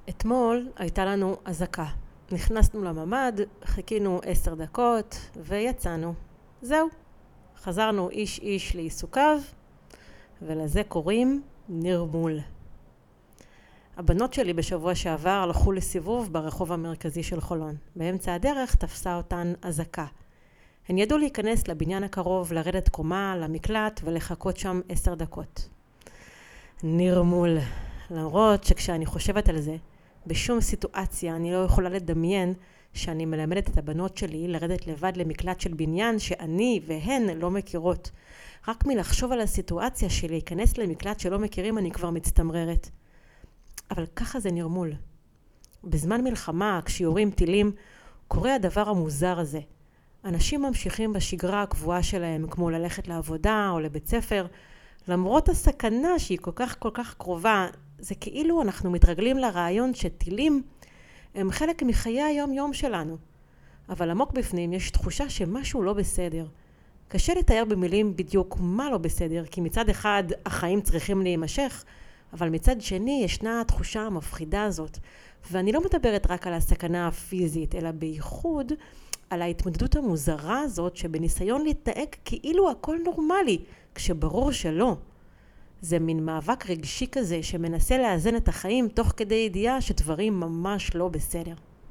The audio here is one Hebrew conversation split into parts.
אתמול הייתה לנו אזעקה. נכנסנו לממד, חיכינו 10 דקות ויצאנו. זהו. חזרנו איש איש לעיסוקיו, ולזה קוראים נרמול. הבנות שלי בשבוע שעבר הלכו לסיבוב ברחוב המרכזי של חולון. באמצע הדרך תפסה אותן אזעקה. הן ידעו להיכנס לבניין הקרוב, לרדת קומה, למקלט ולחכות שם 10 דקות. נרמול. למרות שכשאני חושבת על זה, בשום סיטואציה אני לא יכולה לדמיין שאני מלמדת את הבנות שלי לרדת לבד למקלט של בניין שאני והן לא מכירות. רק מלחשוב על הסיטואציה של להיכנס למקלט שלא מכירים אני כבר מצטמררת. אבל ככה זה נרמול. בזמן מלחמה, כשיורים טילים, קורה הדבר המוזר הזה. אנשים ממשיכים בשגרה הקבועה שלהם, כמו ללכת לעבודה או לבית ספר, למרות הסכנה שהיא כל כך קרובה. זה כאילו אנחנו מתרגלים לרעיון שטילים הם חלק מחיי היום-יום שלנו. אבל עמוק בפנים יש תחושה שמשהו לא בסדר. קשה לתאר במילים בדיוק מה לא בסדר, כי מצד אחד החיים צריכים להימשך, אבל מצד שני ישנה התחושה המפחידה הזאת. ואני לא מדברת רק על הסכנה הפיזית, אלא בייחוד על ההתמודדות המוזרה הזאת שבניסיון להתנהג כאילו הכל נורמלי, כשברור שלא. זה מין מאבק רגשי כזה שמנסה לאזן את החיים תוך כדי ידיעה שדברים ממש לא בסדר.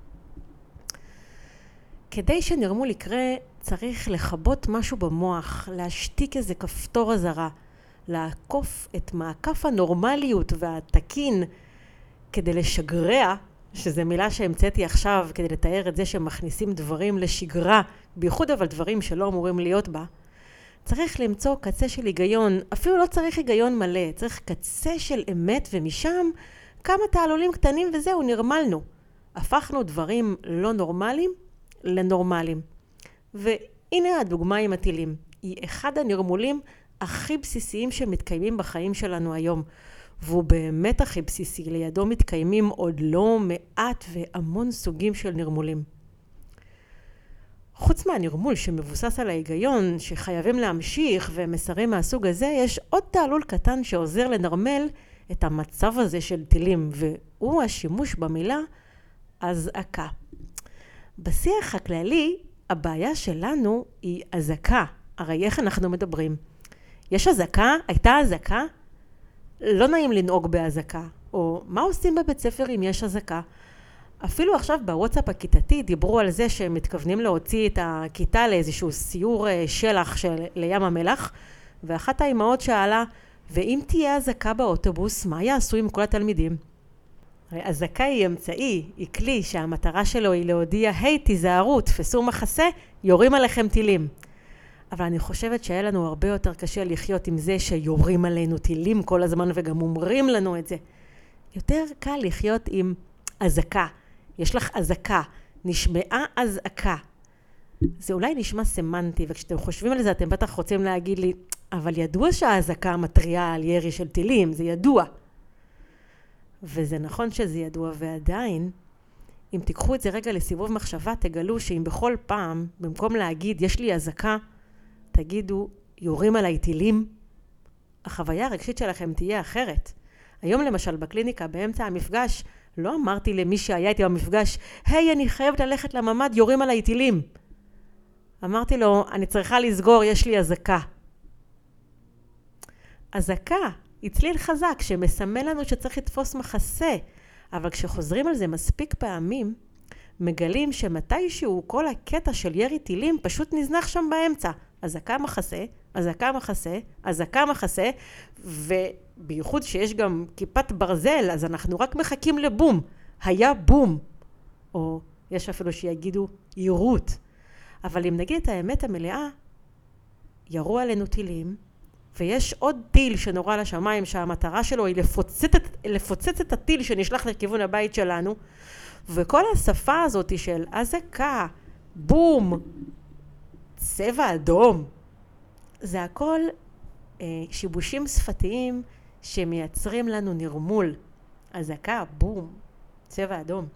כדי שנרמול יקרה צריך לחבות משהו במוח, להשתיק איזה כפתור הזרה, לעקוף את מעקף הנורמליות והתקין כדי לשגרע, שזה מילה שהמצאתי עכשיו כדי לתאר את זה שמכניסים דברים לשגרה, בייחוד אבל דברים שלא אמורים להיות בה. צריך למצוא קצה של היגיון, אפילו לא צריך היגיון מלא, צריך קצה של אמת ומשם כמה תעלולים קטנים וזהו, נרמלנו. הפכנו דברים לא נורמליים לנורמליים. והנה הדוגמה עם הטילים. היא אחד הנרמולים הכי בסיסיים שמתקיימים בחיים שלנו היום. והוא באמת הכי בסיסי, לידו מתקיימים עוד לא מעט והמון סוגים של נרמולים. חוץ מהנרמול שמבוסס על ההיגיון שחייבים להמשיך ומסרים מהסוג הזה, יש עוד תעלול קטן שעוזר לנרמל את המצב הזה של טילים, והוא השימוש במילה אזעקה. בשיח הכללי, הבעיה שלנו היא אזעקה. הרי איך אנחנו מדברים? יש אזעקה? הייתה אזעקה? לא נעים לנהוג באזעקה. או מה עושים בבית ספר אם יש אזעקה? אפילו עכשיו בוואטסאפ הכיתתי דיברו על זה שהם מתכוונים להוציא את הכיתה לאיזשהו סיור שלח לים המלח, ואחת האימהות שאלה, ואם תהיה אזעקה באוטובוס, מה יעשו עם כל התלמידים? הרי אזעקה היא אמצעי, היא כלי שהמטרה שלו היא להודיע, היי תיזהרו, תפסו מחסה, יורים עליכם טילים. אבל אני חושבת שהיה לנו הרבה יותר קשה לחיות עם זה שיורים עלינו טילים כל הזמן וגם אומרים לנו את זה. יותר קל לחיות עם אזעקה. יש לך אזעקה, נשמעה אזעקה. זה אולי נשמע סמנטי, וכשאתם חושבים על זה אתם בטח רוצים להגיד לי, אבל ידוע שהאזעקה מטריעה על ירי של טילים, זה ידוע. וזה נכון שזה ידוע, ועדיין, אם תיקחו את זה רגע לסיבוב מחשבה, תגלו שאם בכל פעם, במקום להגיד יש לי אזעקה, תגידו יורים עליי טילים, החוויה הרגשית שלכם תהיה אחרת. היום למשל בקליניקה באמצע המפגש, לא אמרתי למי שהיה איתי במפגש, היי, אני חייבת ללכת לממד, יורים עליי טילים. אמרתי לו, אני צריכה לסגור, יש לי אזעקה. אזעקה היא צליל חזק שמסמן לנו שצריך לתפוס מחסה, אבל כשחוזרים על זה מספיק פעמים, מגלים שמתישהו כל הקטע של ירי טילים פשוט נזנח שם באמצע. אזעקה מחסה, אזעקה מחסה, אזעקה מחסה, ובייחוד שיש גם כיפת ברזל, אז אנחנו רק מחכים לבום. היה בום. או יש אפילו שיגידו יירוט. אבל אם נגיד את האמת המלאה, ירו עלינו טילים, ויש עוד טיל שנורא לשמיים שהמטרה שלו היא לפוצץ את הטיל שנשלח לכיוון הבית שלנו, וכל השפה הזאת של אזעקה, בום, צבע אדום, זה הכל שיבושים שפתיים שמייצרים לנו נרמול. אזעקה, בום, צבע אדום.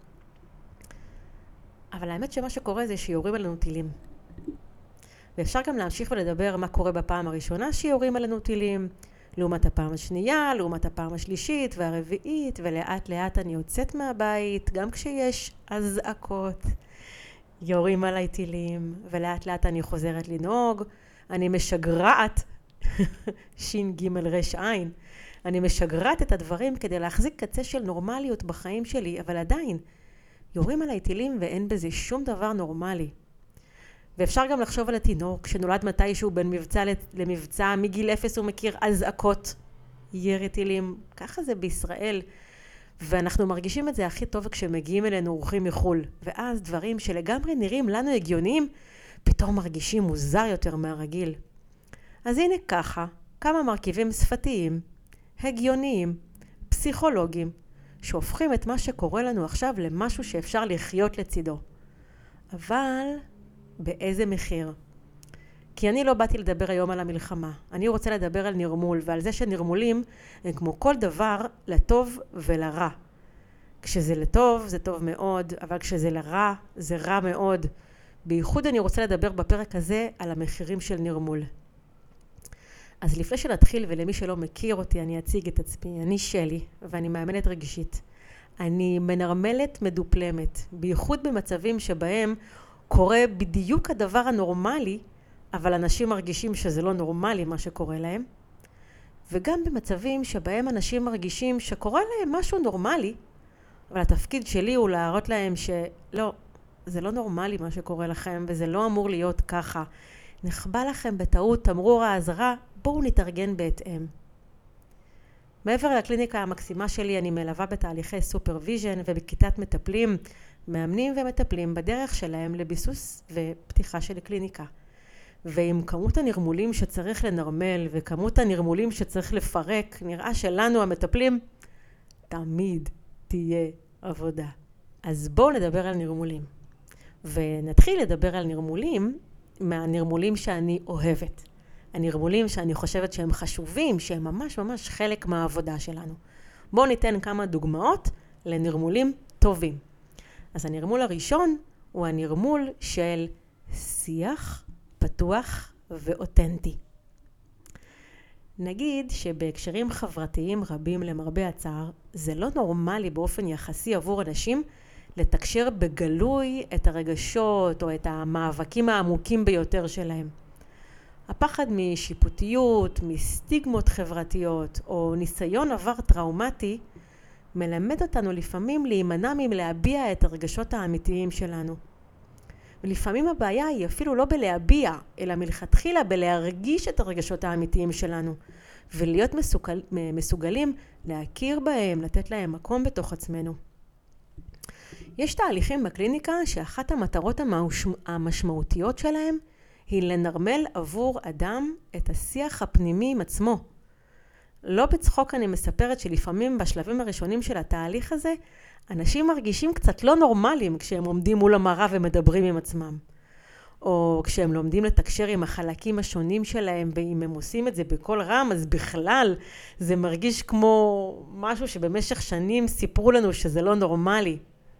אבל האמת שמה שקורה זה שיורים עלינו טילים. ואפשר גם להמשיך ולדבר מה קורה בפעם הראשונה שיורים עלינו טילים, לעומת הפעם השנייה, לעומת הפעם השלישית והרביעית, ולאט לאט אני יוצאת מהבית, גם כשיש אזעקות, יורים עליי טילים, ולאט לאט אני חוזרת לנהוג, אני משגרעת, שין ג' רש עין, אני משגרעת את הדברים כדי להחזיק קצה של נורמליות בחיים שלי, אבל עדיין, יורים עליי טילים ואין בזה שום דבר נורמלי. ואפשר גם לחשוב על התינוק שנולד מתישהו בין מבצע למבצע, מגיל 0 הוא מכיר אזעקות, ירי טילים, ככה זה בישראל. ואנחנו מרגישים את זה הכי טוב כשמגיעים אלינו אורחים מחול. ואז דברים שלגמרי נראים לנו הגיוניים, פתאום מרגישים מוזר יותר מהרגיל. אז הנה ככה, כמה מרכיבים שפתיים, הגיוניים, פסיכולוגיים, שהופכים את מה שקורה לנו עכשיו למשהו שאפשר לחיות לצידו. אבל באיזה מחיר? כי אני לא באתי לדבר היום על המלחמה. אני רוצה לדבר על נרמול, ועל זה שנרמולים הם כמו כל דבר לטוב ולרע. כשזה לטוב זה טוב מאוד, אבל כשזה לרע זה רע מאוד. בייחוד אני רוצה לדבר בפרק הזה על המחירים של נרמול. אז לפני שנתחיל, ולמי שלא מכיר אותי, אני אציג את עצמי. אני שלי, ואני מאמנת רגשית. אני מנרמלת מדופלמת, בייחוד במצבים שבהם קורה בדיוק הדבר הנורמלי, אבל אנשים מרגישים שזה לא נורמלי מה שקורה להם. וגם במצבים שבהם אנשים מרגישים שקורה להם משהו נורמלי, אבל התפקיד שלי הוא להראות להם שלא, זה לא נורמלי מה שקורה לכם, וזה לא אמור להיות ככה. נחבא לכם בטעות תמרור האזהרה, בואו נתארגן בהתאם. מעבר לקליניקה המקסימה שלי, אני מלווה בתהליכי סופרוויז'ן ובכיתת מטפלים, מאמנים ומטפלים בדרך שלהם לביסוס ופתיחה של קליניקה. ועם כמות הנרמולים שצריך לנרמל וכמות הנרמולים שצריך לפרק, נראה שלנו המטפלים תמיד תהיה עבודה. אז בואו נדבר על נרמולים. ונתחיל לדבר על נרמולים מהנרמולים שאני אוהבת. הנרמולים שאני חושבת שהם חשובים, שהם ממש ממש חלק מהעבודה שלנו. בואו ניתן כמה דוגמאות לנרמולים טובים. אז הנרמול הראשון הוא הנרמול של שיח פתוח ואותנטי. נגיד שבהקשרים חברתיים רבים למרבה הצער, זה לא נורמלי באופן יחסי עבור אנשים לתקשר בגלוי את הרגשות או את המאבקים העמוקים ביותר שלהם. הפחד משיפוטיות, מסטיגמות חברתיות או ניסיון עבר טראומטי מלמד אותנו לפעמים להימנע מלהביע את הרגשות האמיתיים שלנו. ולפעמים הבעיה היא אפילו לא בלהביע, אלא מלכתחילה בלהרגיש את הרגשות האמיתיים שלנו, ולהיות מסוגלים להכיר בהם, לתת להם מקום בתוך עצמנו. יש תהליכים בקליניקה שאחת המטרות המשמעותיות שלהם היא לנרמל עבור אדם את השיח הפנימי עם עצמו. לא בצחוק אני מספרת שלפעמים בשלבים הראשונים של התהליך הזה, אנשים מרגישים קצת לא נורמליים כשהם עומדים מול המראה ומדברים עם עצמם. או כשהם לומדים לתקשר עם החלקים השונים שלהם, ואם הם עושים את זה בכל רם, אז בכלל זה מרגיש כמו משהו שבמשך שנים סיפרו לנו שזה לא נורמלי.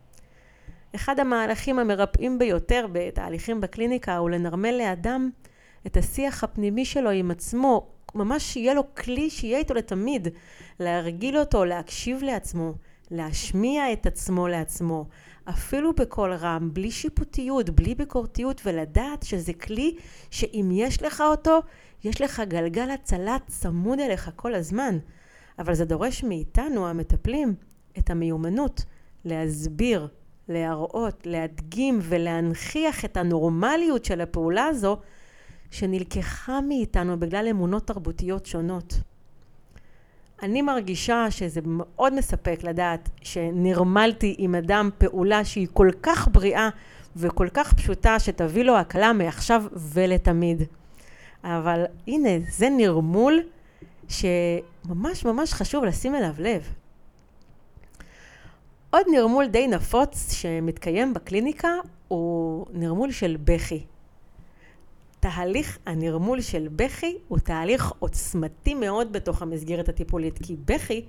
אחד המהלכים המרפאים ביותר בתהליכים בקליניקה הוא לנרמל לאדם את השיח הפנימי שלו עם עצמו, ממש שיהיה לו כלי שיהיה איתו לתמיד, להרגיל אותו, להקשיב לעצמו, להשמיע את עצמו לעצמו, אפילו בכל רם, בלי שיפוטיות, בלי ביקורתיות, ולדעת שזה כלי שאם יש לך אותו, יש לך גלגל הצלת צמוד אליך כל הזמן. אבל זה דורש מאיתנו, המטפלים, את המיומנות להסביר, להראות, להדגים ולהנכיח את הנורמליות של הפעולה הזו, שנלקחה מאיתנו בגלל אמונות תרבותיות שונות. אני מרגישה שזה מאוד מספק לדעת שנרמלתי עם אדם פעולה שהיא כל כך בריאה וכל כך פשוטה שתביא לו הקלה מעכשיו ולתמיד. אבל הנה, זה נרמול שממש ממש חשוב לשים אליו לב. עוד נרמול די נפוץ שמתקיים בקליניקה הוא נרמול של בכי. תהליך הנרמול של בכי הוא תהליך עוצמתי מאוד בתוך המסגרת הטיפולית, כי בכי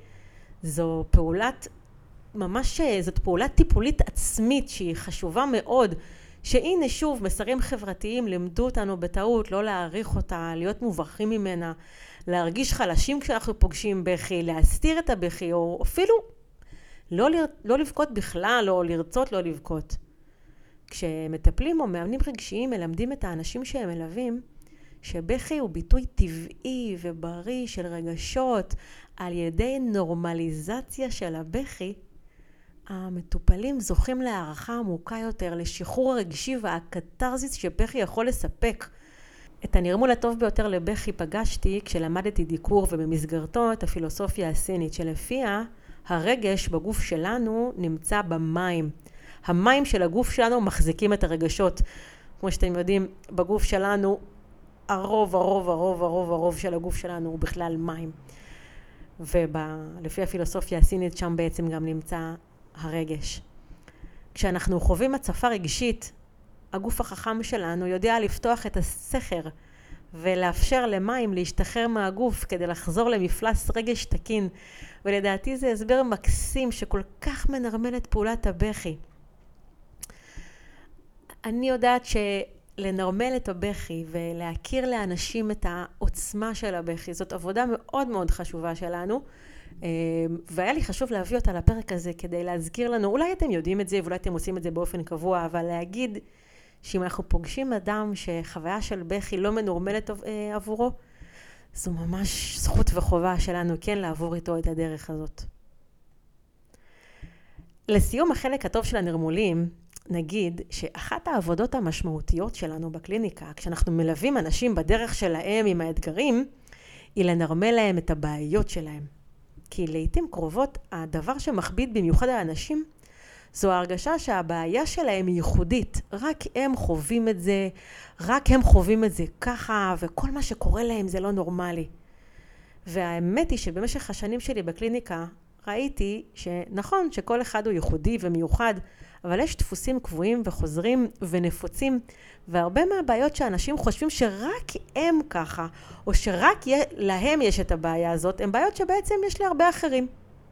זאת פעולת טיפולית עצמית שהיא חשובה מאוד, שהנה שוב, מסרים חברתיים לימדו אותנו בטעות לא להעריך אותה, להיות מוברחים ממנה, להרגיש חלשים כשאנחנו פוגשים בכי, להסתיר את הבכי, או אפילו לא לבכות בכלל, או לרצות לא לבכות. כשמטפלים או מאמנים רגשיים מלמדים את האנשים שהם מלווים, שבכי הוא ביטוי טבעי ובריא של רגשות, על ידי נורמליזציה של הבכי, המטופלים זוכים להערכה עמוקה יותר, לשחרור הרגשי והקתרזיס שבכי יכול לספק. את הנרמול הטוב ביותר לבכי פגשתי כשלמדתי דיקור ובמסגרתו את הפילוסופיה הסינית, שלפיה הרגש בגוף שלנו נמצא במים. המים של הגוף שלנו מחזיקים את הרגשות. כמו שאתם יודעים, בגוף שלנו הרוב של הגוף שלנו הוא בכלל מים. ולפי הפילוסופיה הסינית שם בעצם גם נמצא הרגש. כשאנחנו חווים הצפה רגשית, הגוף החכם שלנו יודע לפתוח את הסכר ולאפשר למים להשתחרר מהגוף כדי לחזור למפלס רגש תקין. ולדעתי זה הסבר מקסים שכל כך מנרמל את פעולת הבכי. אני יודעת לנרמל את הבכי ולהכיר לאנשים את העוצמה של הבכי, זאת עבודה מאוד מאוד חשובה שלנו, והיה לי חשוב להביא אותה לפרק הזה כדי להזכיר לנו, אולי אתם יודעים את זה ואולי אתם עושים את זה באופן קבוע, אבל להגיד שאם אנחנו פוגשים אדם שחוויה של בכי לא מנורמלת עבורו, זו ממש זכות וחובה שלנו כן לעבור איתו את הדרך הזאת. לסיום החלק הטוב של הנרמולים, נגיד שאחת העבודות המשמעותיות שלנו בקליניקה, כשאנחנו מלווים אנשים בדרך שלהם עם האתגרים, היא לנרמל להם את הבעיות שלהם. כי לעתים קרובות, הדבר שמכביד במיוחד על האנשים, זו ההרגשה שהבעיה שלהם היא ייחודית. רק הם חווים את זה, רק הם חווים את זה ככה, וכל מה שקורה להם זה לא נורמלי. והאמת היא שבמשך השנים שלי בקליניקה, ראיתי שנכון שכל אחד הוא ייחודי ומיוחד, אבל יש דפוסים קבועים וחוזרים ונפוצים, והרבה מהבעיות שאנשים חושבים שרק הם ככה, או שרק להם יש את הבעיה הזאת, הן בעיות שבעצם יש להרבה אחרים.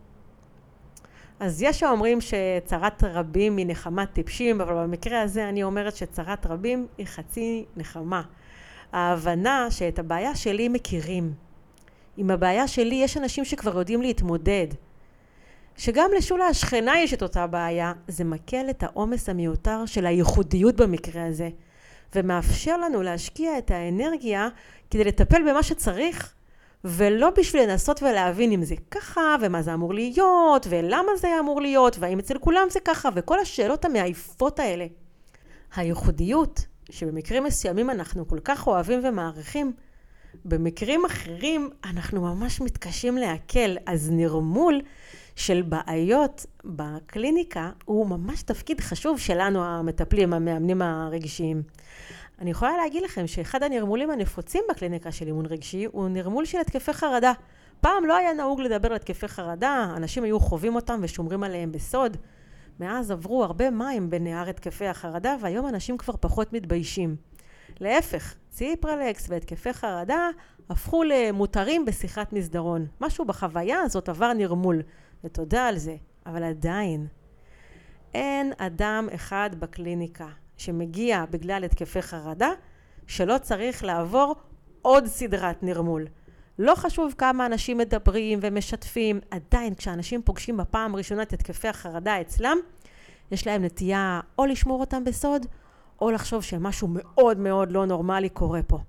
אז יש האומרים שצרת רבים היא נחמת טיפשים, אבל במקרה הזה אני אומרת שצרת רבים היא חצי נחמה. ההבנה שאת הבעיה שלי מכירים. עם הבעיה שלי יש אנשים שכבר יודעים להתמודד. שגם לשולה השכנה יש את אותה בעיה, זה מקל את העומס המיותר של הייחודיות במקרה הזה, ומאפשר לנו להשקיע את האנרגיה כדי לטפל במה שצריך, ולא בשביל לנסות ולהבין אם זה ככה, ומה זה אמור להיות, ולמה זה אמור להיות, והאם אצל כולם זה ככה, וכל השאלות המעייפות האלה. הייחודיות, שבמקרים מסוימים אנחנו כל כך אוהבים ומעריכים, במקרים אחרים אנחנו ממש מתקשים להקל, אז נרמול של בעיות בקליניקה הוא ממש תפקיד חשוב שלנו המטפלים, המאמנים הרגשיים. אני יכולה להגיד לכם שאחד הנרמולים הנפוצים בקליניקה של אימון רגשי הוא נרמול של התקפי חרדה. פעם לא היה נהוג לדבר על התקפי חרדה, אנשים היו חווים אותם ושומרים עליהם בסוד. מאז עברו הרבה מים בנהר התקפי החרדה, והיום אנשים כבר פחות מתביישים. להפך, ציפרלקס והתקפי חרדה הפכו למותרים בשיחת מסדרון. משהו בחוויה הזאת עבר נרמול, ותודה על זה, אבל עדיין אין אדם אחד בקליניקה שמגיע בגלל התקפי חרדה שלא צריך לעבור עוד סדרת נרמול. לא חשוב כמה אנשים מדברים ומשתפים, עדיין כשאנשים פוגשים בפעם הראשונה את התקפי החרדה אצלם, יש להם נטייה או לשמור אותם בסוד, או לחשוב שמשהו מאוד מאוד לא נורמלי קורה פה.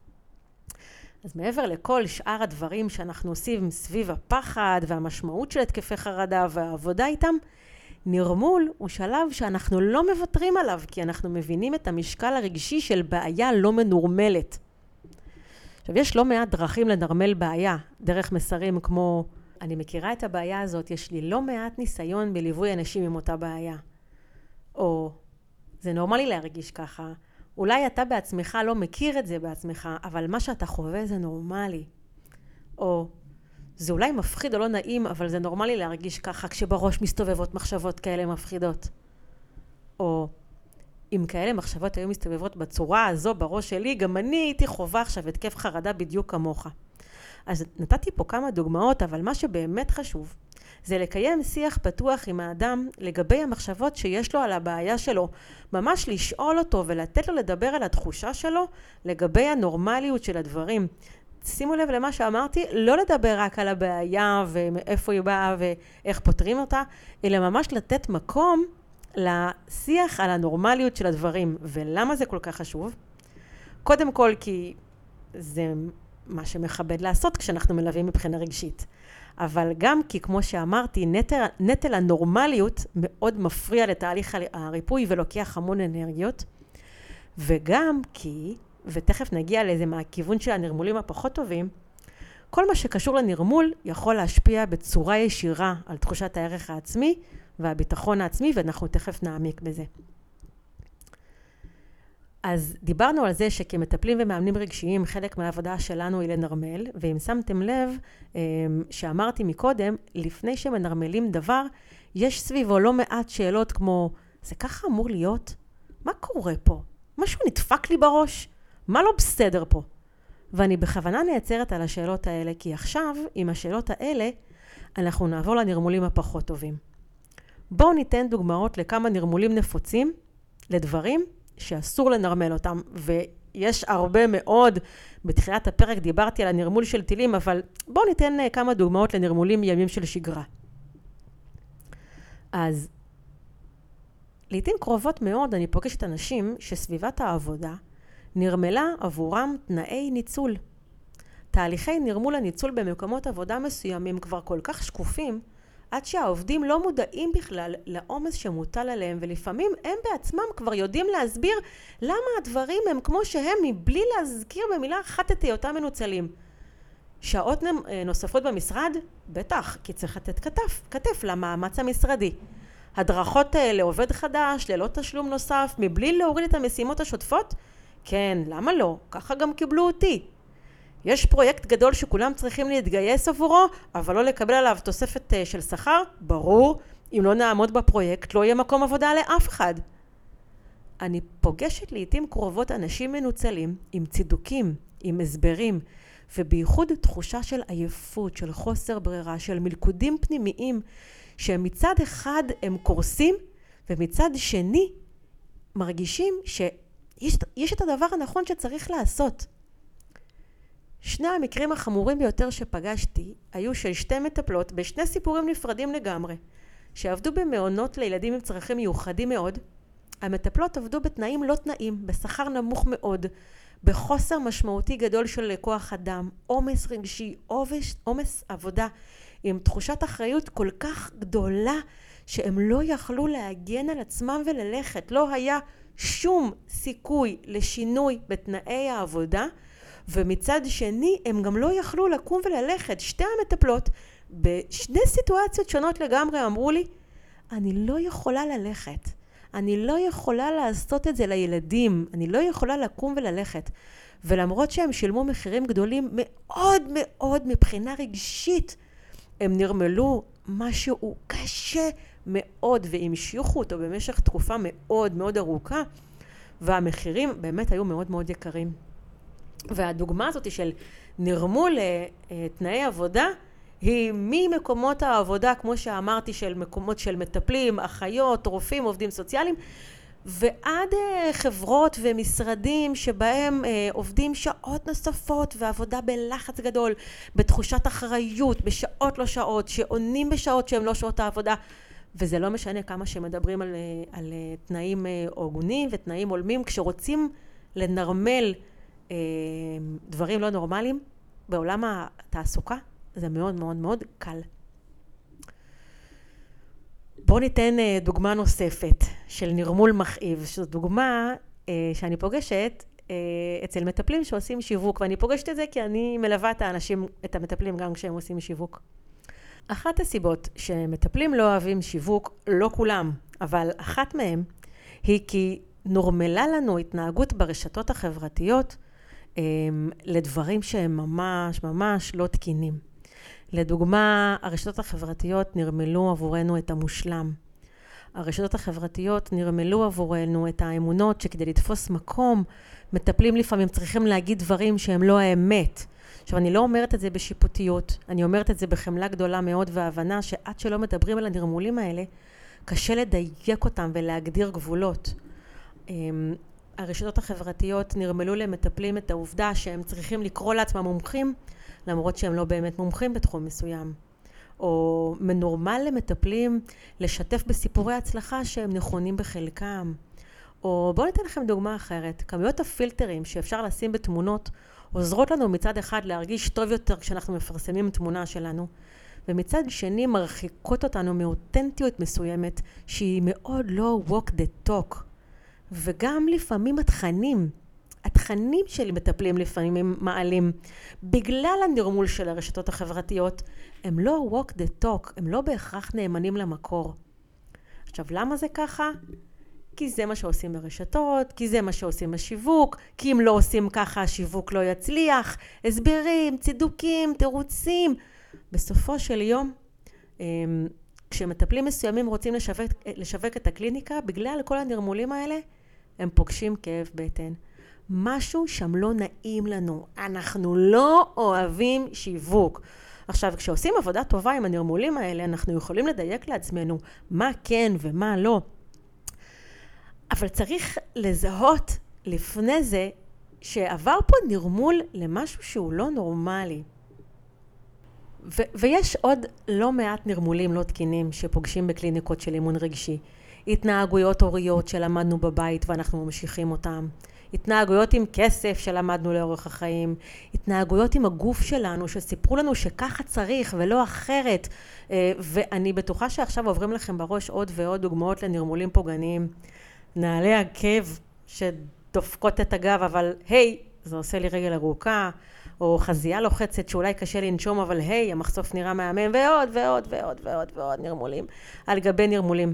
אז מעבר לכל שאר הדברים שאנחנו עושים סביב הפחד והמשמעות של התקפי חרדה והעבודה איתם, נרמול הוא שלב שאנחנו לא מוותרים עליו, כי אנחנו מבינים את המשקל הרגשי של בעיה לא מנורמלת. עכשיו, יש לא מעט דרכים לנרמל בעיה, דרך מסרים כמו, אני מכירה את הבעיה הזאת, יש לי לא מעט ניסיון בליווי אנשים עם אותה בעיה. או, זה נורמלי להרגיש ככה, אולי אתה בעצמך לא מכיר את זה בעצמך, אבל מה שאתה חווה זה נורמלי. או, זה אולי מפחיד או לא נעים, אבל זה נורמלי להרגיש ככה כשבראש מסתובבות מחשבות כאלה מפחידות. או, אם כאלה מחשבות היו מסתובבות בצורה הזו בראש שלי, גם אני הייתי חווה עכשיו התקף חרדה בדיוק כמוך. אז נתתי פה כמה דוגמאות, אבל מה שבאמת חשוב, זה לקיים שיח פתוח עם האדם לגבי המחשבות שיש לו על הבעיה שלו. ממש לשאול אותו ולתת לו לדבר על התחושה שלו לגבי הנורמליות של הדברים. שימו לב למה שאמרתי, לא לדבר רק על הבעיה ומאיפה היא באה ואיך פותרים אותה, אלא ממש לתת מקום לשיח על הנורמליות של הדברים. ולמה זה כל כך חשוב? קודם כל כי זה מה שמכבד לעשות כשאנחנו מלווים מבחינה רגשית. אבל גם כי, כמו שאמרתי, נטל הנורמליות מאוד מפריע לתהליך הריפוי ולוקח המון אנרגיות. וגם כי, ותכף נגיע לזה מהכיוון של הנרמולים הפחות טובים, כל מה שקשור לנרמול יכול להשפיע בצורה ישירה על תחושת הערך העצמי והביטחון העצמי, ואנחנו תכף נעמיק בזה. אז דיברנו על זה שכמטפלים ומאמנים רגשיים, חלק מהעבודה שלנו היא לנרמל, ואם שמתם לב שאמרתי מקודם, לפני שמנרמלים דבר, יש סביבו לא מעט שאלות כמו, זה ככה אמור להיות? מה קורה פה? משהו נדפק לי בראש? מה לא בסדר פה? ואני בכוונה נעצרת על השאלות האלה, כי עכשיו, עם השאלות האלה, אנחנו נעבור לנרמולים הפחות טובים. בואו ניתן דוגמאות לכמה נרמולים נפוצים לדברים שאסור לנרמל אותם, ויש הרבה מאוד. בתחילת הפרק דיברתי על הנרמול של טילים, אבל בואו ניתן כמה דוגמאות לנרמולים ימים של שגרה. אז לעתים קרובות מאוד אני פוגשת אנשים שסביבת העבודה נרמלה עבורם תנאי ניצול. תהליכי נרמול הניצול במקומות עבודה מסוימים כבר כל כך שקופים, עד שהעובדים לא מודעים בכלל לעומס שמוטל עליהם, ולפעמים הם בעצמם כבר יודעים להסביר למה הדברים הם כמו שהם, מבלי להזכיר במילה אחת את היותם מנוצלים. שעות נוספות במשרד? בטח, כי צריך לתת כתף למאמץ המשרדי. הדרכות לעובד חדש, ללא תשלום נוסף, מבלי להוריד את המשימות השוטפות? כן, למה לא? ככה גם קיבלו אותי. יש פרויקט גדול שכולם צריכים להתגייס עבורו, אבל לא לקבל עליו תוספת של שכר? ברור, אם לא נעמוד בפרויקט לא יהיה מקום עבודה לאף אחד. אני פוגשת לעתים קרובות אנשים מנוצלים עם צידוקים, עם הסברים, ובייחוד תחושה של עייפות, של חוסר ברירה, של מלכודים פנימיים, שמצד אחד הם קורסים, ומצד שני מרגישים שיש את הדבר הנכון שצריך לעשות. שני המקרים החמורים ביותר שפגשתי היו של שתי מטפלות בשני סיפורים נפרדים לגמרי, שעבדו במעונות לילדים עם צרכים מיוחדים מאוד. המטפלות עבדו בתנאים לא תנאים, בשכר נמוך מאוד, בחוסר משמעותי גדול של כוח אדם, עומס רגשי, עומס עבודה, עם תחושת אחריות כל כך גדולה שהם לא יכלו להגן על עצמם וללכת. לא היה שום סיכוי לשינוי בתנאי העבודה, ומצד שני הם גם לא יכלו לקום וללכת. שתי המטפלות בשני סיטואציות שונות לגמרי אמרו לי, אני לא יכולה ללכת, אני לא יכולה לעשות את זה לילדים, אני לא יכולה לקום וללכת. ולמרות שהם שילמו מחירים גדולים מאוד מאוד מבחינה רגשית, הם נרמלו משהו קשה מאוד והמשיכו אותו במשך תקופה מאוד מאוד ארוכה, והמחירים באמת היו מאוד מאוד יקרים. והדוגמה הזאת של נרמול תנאי עבודה היא ממקומות העבודה, כמו שאמרתי, של מקומות של מטפלים, אחיות, רופאים, עובדים סוציאליים, ועד חברות ומשרדים שבהם עובדים שעות נוספות ועבודה בלחץ גדול, בתחושת אחריות, בשעות לא שעות, שעונים בשעות שהן לא שעות העבודה, וזה לא משנה כמה שמדברים על תנאים הוגנים ותנאים הולמים. כשרוצים לנרמל דברים לא נורמליים בעולם התעסוקה, זה מאוד מאוד מאוד קל. בואו ניתן דוגמה נוספת של נרמול מכאיב, שזו דוגמה שאני פוגשת אצל מטפלים שעושים שיווק, ואני פוגשת את זה כי אני מלווה את האנשים, את המטפלים גם כשהם עושים שיווק. אחת הסיבות שמטפלים לא אוהבים שיווק, לא כולם, אבל אחת מהם היא כי נורמלה לנו התנהגות ברשתות החברתיות לדברים שהם ממש ממש לא תקינים. לדוגמה, הרשתות החברתיות נרמלו עבורנו את המושלם. הרשתות החברתיות נרמלו עבורנו את האמונות שכדי לתפוס מקום, מטפלים לפעמים צריכים להגיד דברים שהם לא האמת. עכשיו, אני לא אומרת את זה בשיפוטיות, אני אומרת את זה בחמלה גדולה מאוד והבנה שעד שלא מדברים על הנרמולים האלה, קשה לדייק אותם ולהגדיר גבולות. הרשתות החברתיות נרמלו למטפלים את העובדה שהם צריכים לקרוא לעצמם מומחים, למרות שהם לא באמת מומחים בתחום מסוים. או מנורמל למטפלים לשתף בסיפורי הצלחה שהם נכונים בחלקם. או בואו ניתן לכם דוגמה אחרת. כמויות הפילטרים שאפשר לשים בתמונות עוזרות לנו מצד אחד להרגיש טוב יותר כשאנחנו מפרסמים תמונה שלנו, ומצד שני מרחיקות אותנו מאותנטיות מסוימת שהיא מאוד לא walk the talk. וגם לפעמים התכנים של מטפלים לפעמים הם מעלים. בגלל הנרמול של הרשתות החברתיות, הם לא walk the talk, הם לא בהכרח נאמנים למקור. עכשיו, למה זה ככה? כי זה מה שעושים ברשתות, כי זה מה שעושים בשיווק, כי אם לא עושים ככה השיווק לא יצליח, הסברים, צידוקים, תירוצים. בסופו של יום, כשמטפלים מסוימים רוצים לשווק את הקליניקה, בגלל כל הנרמולים האלה, הם פוגשים כאב בטן. משהו שם לא נעים לנו. אנחנו לא אוהבים שיווק. עכשיו, כשעושים עבודה טובה עם הנרמולים האלה, אנחנו יכולים לדייק לעצמנו מה כן ומה לא. אבל צריך לזהות לפני זה שעבר פה נרמול למשהו שהוא לא נורמלי. ויש עוד לא מעט נרמולים לא תקינים שפוגשים בקליניקות של אימון רגשי. התנהגויות הוריות שלמדנו בבית ואנחנו ממשיכים אותם. התנהגויות עם כסף שלמדנו לאורך החיים. התנהגויות עם הגוף שלנו שסיפרו לנו שככה צריך ולא אחרת. ואני בטוחה שעכשיו עוברים לכם בראש עוד ועוד דוגמאות לנרמולים פוגעניים. נעלי עקב שדופקות את הגב, אבל היי, זה עושה לי רגל ארוכה. או חזייה לוחצת שאולי קשה לנשום, אבל היי, המחשוף נראה מהמם, ועוד ועוד ועוד ועוד ועוד נרמולים. על גבי נרמולים.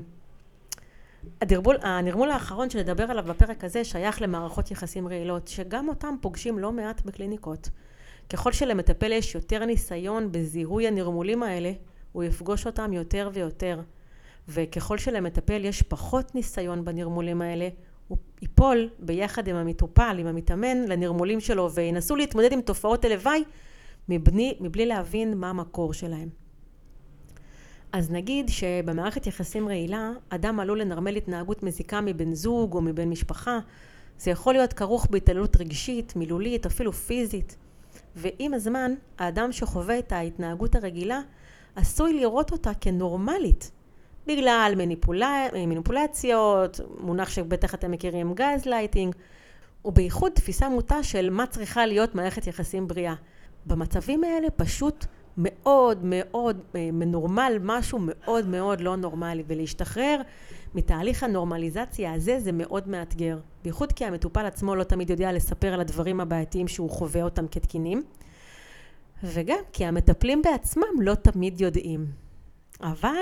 הנרמול האחרון שנדבר עליו בפרק הזה שייך למערכות יחסים רעילות, שגם אותם פוגשים לא מעט בקליניקות. ככל שלמטפל יש יותר ניסיון בזיהוי הנרמולים האלה, הוא יפגוש אותם יותר ויותר. וככל שלמטפל יש פחות ניסיון בנרמולים האלה, הוא ייפול ביחד עם המטופל, עם המתאמן, לנרמולים שלו, וינסו להתמודד עם תופעות הלוואי, מבלי להבין מה המקור שלהם. אז נגיד שבמערכת יחסים רעילה, אדם עלול לנרמל התנהגות מזיקה מבן זוג או מבן משפחה. זה יכול להיות כרוך בהתעללות רגשית, מילולית, אפילו פיזית. ועם הזמן, האדם שחווה את ההתנהגות הרגילה, עשוי לראות אותה כנורמלית. בגלל מניפולציות, מונח שבטח אתם מכירים, גז לייטינג, ובייחוד תפיסה מוטה של מה צריכה להיות מערכת יחסים בריאה. במצבים האלה פשוט מאוד מאוד מנורמל, משהו מאוד מאוד לא נורמלי, ולהשתחרר מתהליך הנורמליזציה הזה זה מאוד מאתגר. בייחוד כי המטופל עצמו לא תמיד יודע לספר על הדברים הבעייתיים שהוא חווה אותם כתקינים, וגם כי המטפלים בעצמם לא תמיד יודעים. אבל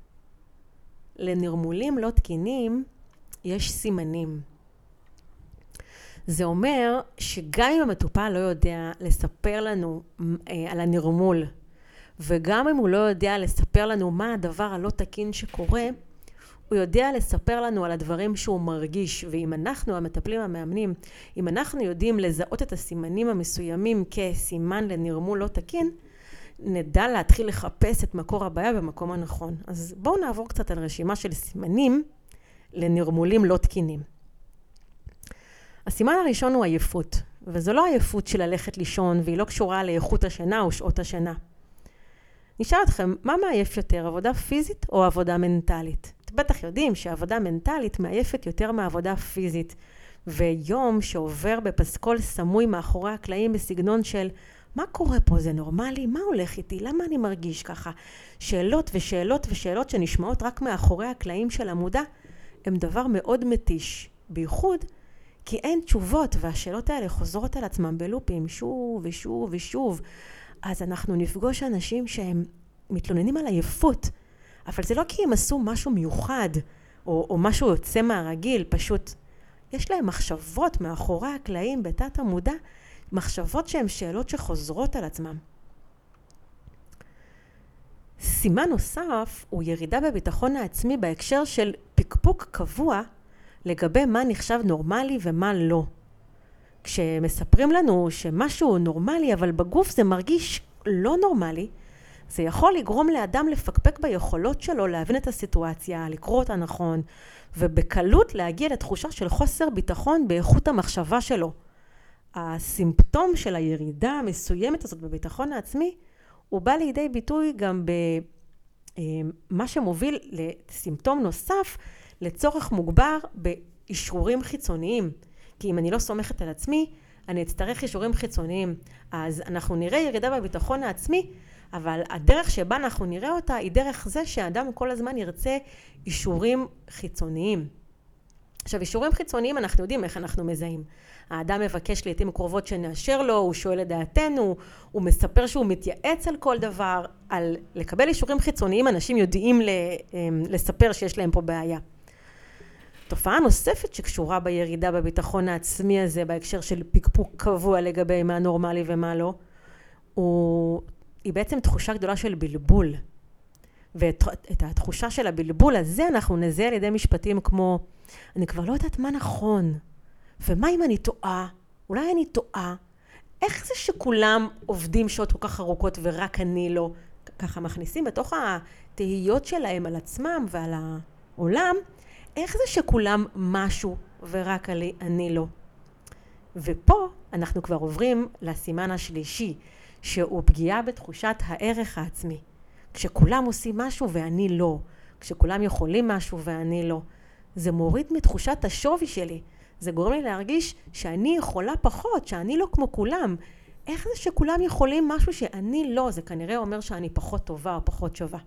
לנרמולים לא תקינים יש סימנים. זה אומר שגם אם המטופל לא יודע לספר לנו על הנרמול, וגם אם הוא לא יודע לספר לנו מה הדבר הלא תקין שקורה, הוא יודע לספר לנו על הדברים שהוא מרגיש. ואם אנחנו, המטפלים המאמנים, אם אנחנו יודעים לזהות את הסימנים המסוימים כסימן לנרמול לא תקין, נדע להתחיל לחפש את מקור הבעיה במקום הנכון. אז בואו נעבור קצת על רשימה של סימנים לנרמולים לא תקינים. הסימן הראשון הוא עייפות, וזו לא עייפות של ללכת לישון, והיא לא קשורה לאיכות השינה או שעות השינה. נשאל אתכם, מה מעייף יותר, עבודה פיזית או עבודה מנטלית? אתם בטח יודעים שעבודה מנטלית מעייפת יותר מעבודה פיזית, ויום שעובר בפסקול סמוי מאחורי הקלעים בסגנון של מה קורה פה, זה נורמלי? מה הולך איתי? למה אני מרגיש ככה? שאלות ושאלות ושאלות שנשמעות רק מאחורי הקלעים של המודע, הם דבר מאוד מתיש, בייחוד כי אין תשובות, והשאלות האלה חוזרות על עצמם בלופים שוב ושוב ושוב. אז אנחנו נפגוש אנשים שהם מתלוננים על עייפות, אבל זה לא כי הם עשו משהו מיוחד או משהו יוצא מהרגיל, פשוט יש להם מחשבות מאחורי הקלעים בתת המודע, מחשבות שהן שאלות שחוזרות על עצמם. סימן נוסף הוא ירידה בביטחון העצמי בהקשר של פקפוק קבוע לגבי מה נחשב נורמלי ומה לא. כשמספרים לנו שמשהו נורמלי אבל בגוף זה מרגיש לא נורמלי, זה יכול לגרום לאדם לפקפק ביכולות שלו להבין את הסיטואציה, לקרוא אותה נכון, ובקלות להגיע לתחושה של חוסר ביטחון באיכות המחשבה שלו. הסימפטום של הירידה המסוימת הזאת בביטחון העצמי, הוא בא לידי ביטוי גם במה שמוביל לסימפטום נוסף, לצורך מוגבר באישורים חיצוניים. כי אם אני לא סומכת על עצמי, אני אצטרך אישורים חיצוניים. אז אנחנו נראה ירידה בביטחון העצמי, אבל הדרך שבה אנחנו נראה אותה היא דרך זה שהאדם כל הזמן ירצה אישורים חיצוניים. עכשיו, אישורים חיצוניים אנחנו יודעים איך אנחנו מזהים. האדם מבקש לעתים קרובות שנאשר לו, הוא שואל את דעתנו, הוא מספר שהוא מתייעץ על כל דבר. על לקבל אישורים חיצוניים אנשים יודעים לספר שיש להם פה בעיה. תופעה נוספת שקשורה בירידה בביטחון העצמי הזה, בהקשר של פקפוק קבוע לגבי מה נורמלי ומה לא, היא בעצם תחושה גדולה של בלבול. ואת התחושה של הבלבול הזה אנחנו נזהה על ידי משפטים כמו, אני כבר לא יודעת מה נכון, ומה אם אני טועה? אולי אני טועה? איך זה שכולם עובדים שעות כל כך ארוכות ורק אני לא? ככה מכניסים בתוך התהיות שלהם על עצמם ועל העולם, איך זה שכולם משהו ורק אני לא? ופה אנחנו כבר עוברים לסימן השלישי, שהוא פגיעה בתחושת הערך העצמי. כשכולם עושים משהו ואני לא, כשכולם יכולים משהו ואני לא, זה מוריד מתחושת השווי שלי. זה גורם לי להרגיש שאני יכולה פחות, שאני לא כמו כולם. איך זה שכולם יכולים משהו שאני לא? זה כנראה אומר שאני פחות טובה או פחות שווה.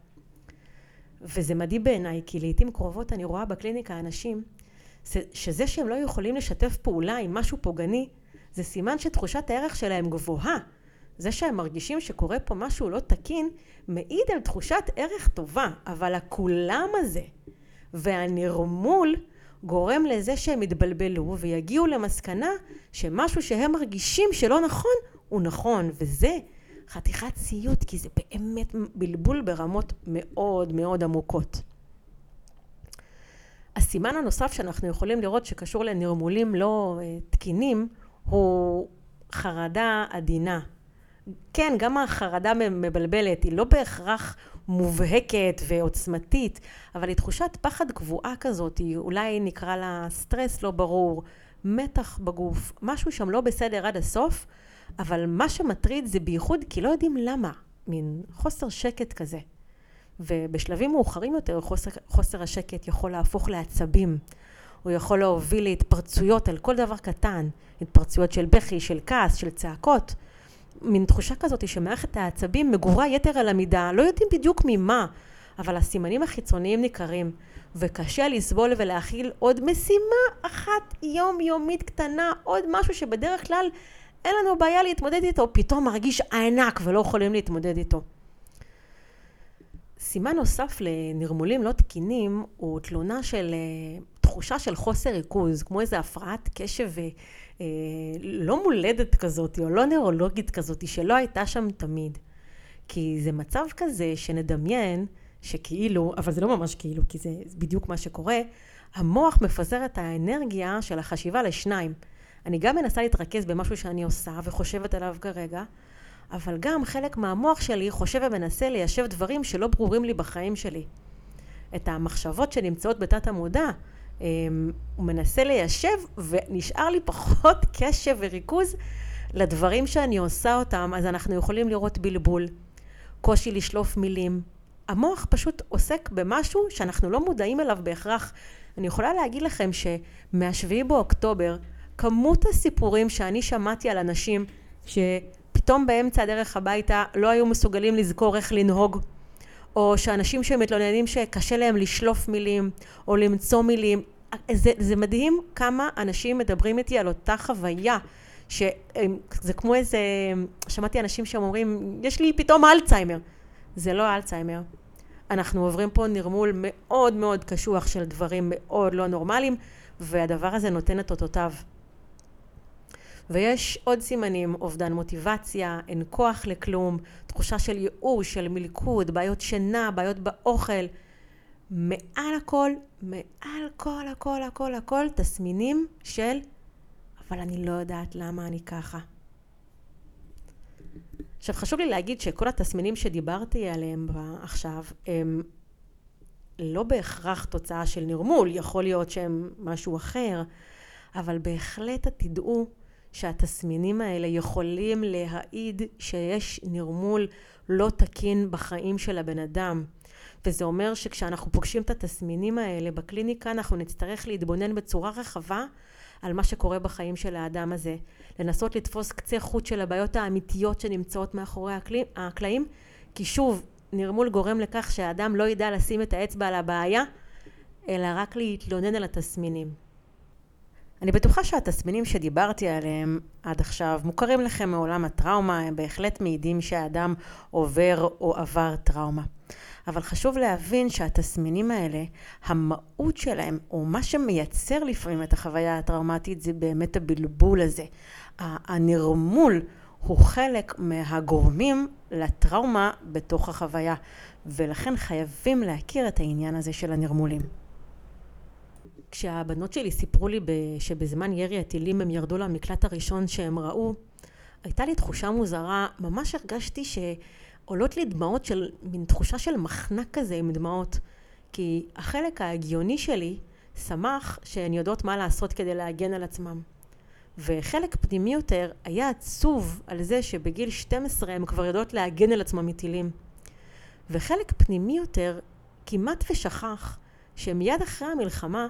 וזה מדהים בעיניי, כי לעתים קרובות אני רואה בקליניקה אנשים, שזה שהם לא יכולים לשתף פעולה עם משהו פוגעני, זה סימן שתחושת הערך שלהם גבוהה. זה שהם מרגישים שקורה פה משהו לא תקין, מעיד על תחושת ערך טובה, אבל הכולם הזה והנרמול גורם לזה שהם יתבלבלו ויגיעו למסקנה שמשהו שהם מרגישים שלא נכון, הוא נכון, וזה חתיכת סיוט, כי זה באמת בלבול ברמות מאוד מאוד עמוקות. הסימן הנוסף שאנחנו יכולים לראות שקשור לנרמולים לא תקינים, הוא חרדה עדינה. כן, גם החרדה מבלבלת, היא לא בהכרח מובהקת ועוצמתית, אבל היא תחושת פחד קבועה כזאת, היא אולי נקרא לה סטרס לא ברור, מתח בגוף, משהו שם לא בסדר עד הסוף, אבל מה שמטריד זה בייחוד כי לא יודעים למה, מין חוסר שקט כזה. ובשלבים מאוחרים יותר חוסר השקט יכול להפוך לעצבים, הוא יכול להוביל להתפרצויות על כל דבר קטן, התפרצויות של בכי, של כעס, של צעקות, מין תחושה כזאת שמערכת העצבים מגורה יתר על המידה, לא יודעים בדיוק ממה, אבל הסימנים החיצוניים ניכרים, וקשה לסבול ולהכיל עוד משימה אחת יומיומית קטנה, עוד משהו שבדרך כלל אין לנו בעיה להתמודד איתו, פתאום מרגיש ענק ולא יכולים להתמודד איתו. סימן נוסף לנרמולים לא תקינים הוא תחושה של חוסר ריכוז, כמו איזו הפרעת קשב לא מולדת כזאת או לא נוירולוגית כזאת שלא הייתה שם תמיד. כי זה מצב כזה שנדמיין שכאילו, אבל זה לא ממש כאילו, כי זה בדיוק מה שקורה, המוח מפזר את האנרגיה של החשיבה לשניים. אני גם מנסה להתרכז במשהו שאני עושה וחושבת עליו כרגע, אבל גם חלק מהמוח שלי חושב ומנסה ליישב דברים שלא ברורים לי בחיים שלי. את המחשבות שנמצאות בתת המודע, הוא מנסה ליישב ונשאר לי פחות קשב וריכוז לדברים שאני עושה אותם, אז אנחנו יכולים לראות בלבול, קושי לשלוף מילים. המוח פשוט עוסק במשהו שאנחנו לא מודעים אליו בהכרח. אני יכולה להגיד לכם שמ-7 באוקטובר, כמות הסיפורים שאני שמעתי על אנשים שפתאום באמצע הדרך הביתה לא היו מסוגלים לזכור איך לנהוג, או שאנשים שמתלוננים שקשה להם לשלוף מילים או למצוא מילים, זה מדהים כמה אנשים מדברים איתי על אותה חוויה, שזה כמו איזה, שמעתי אנשים שאומרים, יש לי פתאום אלצהיימר. זה לא אלצהיימר. אנחנו עוברים פה נרמול מאוד מאוד קשוח של דברים מאוד לא נורמליים, והדבר הזה נותן את אותותיו. ויש עוד סימנים, אובדן מוטיבציה, אין כוח לכלום, תחושה של ייאוש, של מלכוד, בעיות שינה, בעיות באוכל. מעל הכל, תסמינים של, אבל אני לא יודעת למה אני ככה. עכשיו חשוב לי להגיד שכל התסמינים שדיברתי עליהם עכשיו, הם לא בהכרח תוצאה של נרמול, יכול להיות שהם משהו אחר, אבל בהחלט תדעו שהתסמינים האלה יכולים להעיד שיש נרמול לא תקין בחיים של הבן אדם. וזה אומר שכשאנחנו פוגשים את התסמינים האלה בקליניקה, אנחנו נצטרך להתבונן בצורה רחבה על מה שקורה בחיים של האדם הזה. לנסות לתפוס קצה חוט של הבעיות האמיתיות שנמצאות מאחורי הקלעים, כי שוב, נרמול גורם לכך שהאדם לא ידע לשים את האצבע על הבעיה, אלא רק להתלונן על התסמינים. אני בטוחה שהתסמינים שדיברתי עליהם עד עכשיו מוכרים לכם מעולם הטראומה, הם בהחלט מעידים שהאדם עובר או עבר טראומה. אבל חשוב להבין שהתסמינים האלה, המהות שלהם, או מה שמייצר לפעמים את החוויה הטראומטית, זה באמת הבלבול הזה. הנרמול הוא חלק מהגורמים לטראומה בתוך החוויה, ולכן חייבים להכיר את העניין הזה של הנרמולים. כשהבנות שלי סיפרו לי שבזמן ירי הטילים הם ירדו למקלט הראשון שהם ראו, הייתה לי תחושה מוזרה, ממש הרגשתי שעולות לי דמעות של מין תחושה של מחנק כזה עם דמעות, כי החלק ההגיוני שלי שמח שהן יודעות מה לעשות כדי להגן על עצמם. וחלק פנימי יותר היה עצוב על זה שבגיל 12 הם כבר יודעות להגן על עצמם מטילים. וחלק פנימי יותר כמעט ושכח שמיד אחרי המלחמה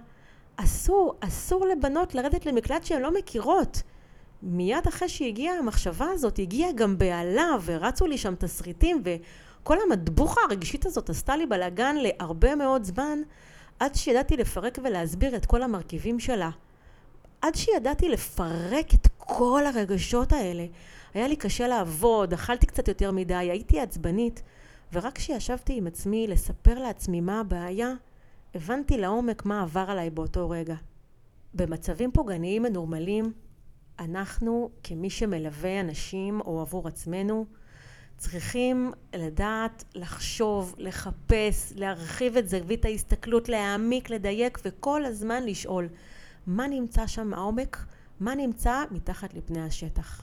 אסור לבנות לרדת למקלט שהן לא מכירות. מיד אחרי שהגיעה המחשבה הזאת, הגיעה גם בעלה ורצו לי שם תסריטים, וכל המטבוחה הרגשית הזאת עשתה לי בלגן להרבה מאוד זמן, עד שידעתי לפרק ולהסביר את כל המרכיבים שלה. עד שידעתי לפרק את כל הרגשות האלה. היה לי קשה לעבוד, אכלתי קצת יותר מדי, הייתי עצבנית, ורק כשישבתי עם עצמי לספר לעצמי מה הבעיה, הבנתי לעומק מה עבר עליי באותו רגע. במצבים פוגעניים ונורמליים, אנחנו כמי שמלווה אנשים או עבור עצמנו, צריכים לדעת, לחשוב, לחפש, להרחיב את זווית ההסתכלות, להעמיק, לדייק וכל הזמן לשאול מה נמצא שם העומק, מה נמצא מתחת לפני השטח.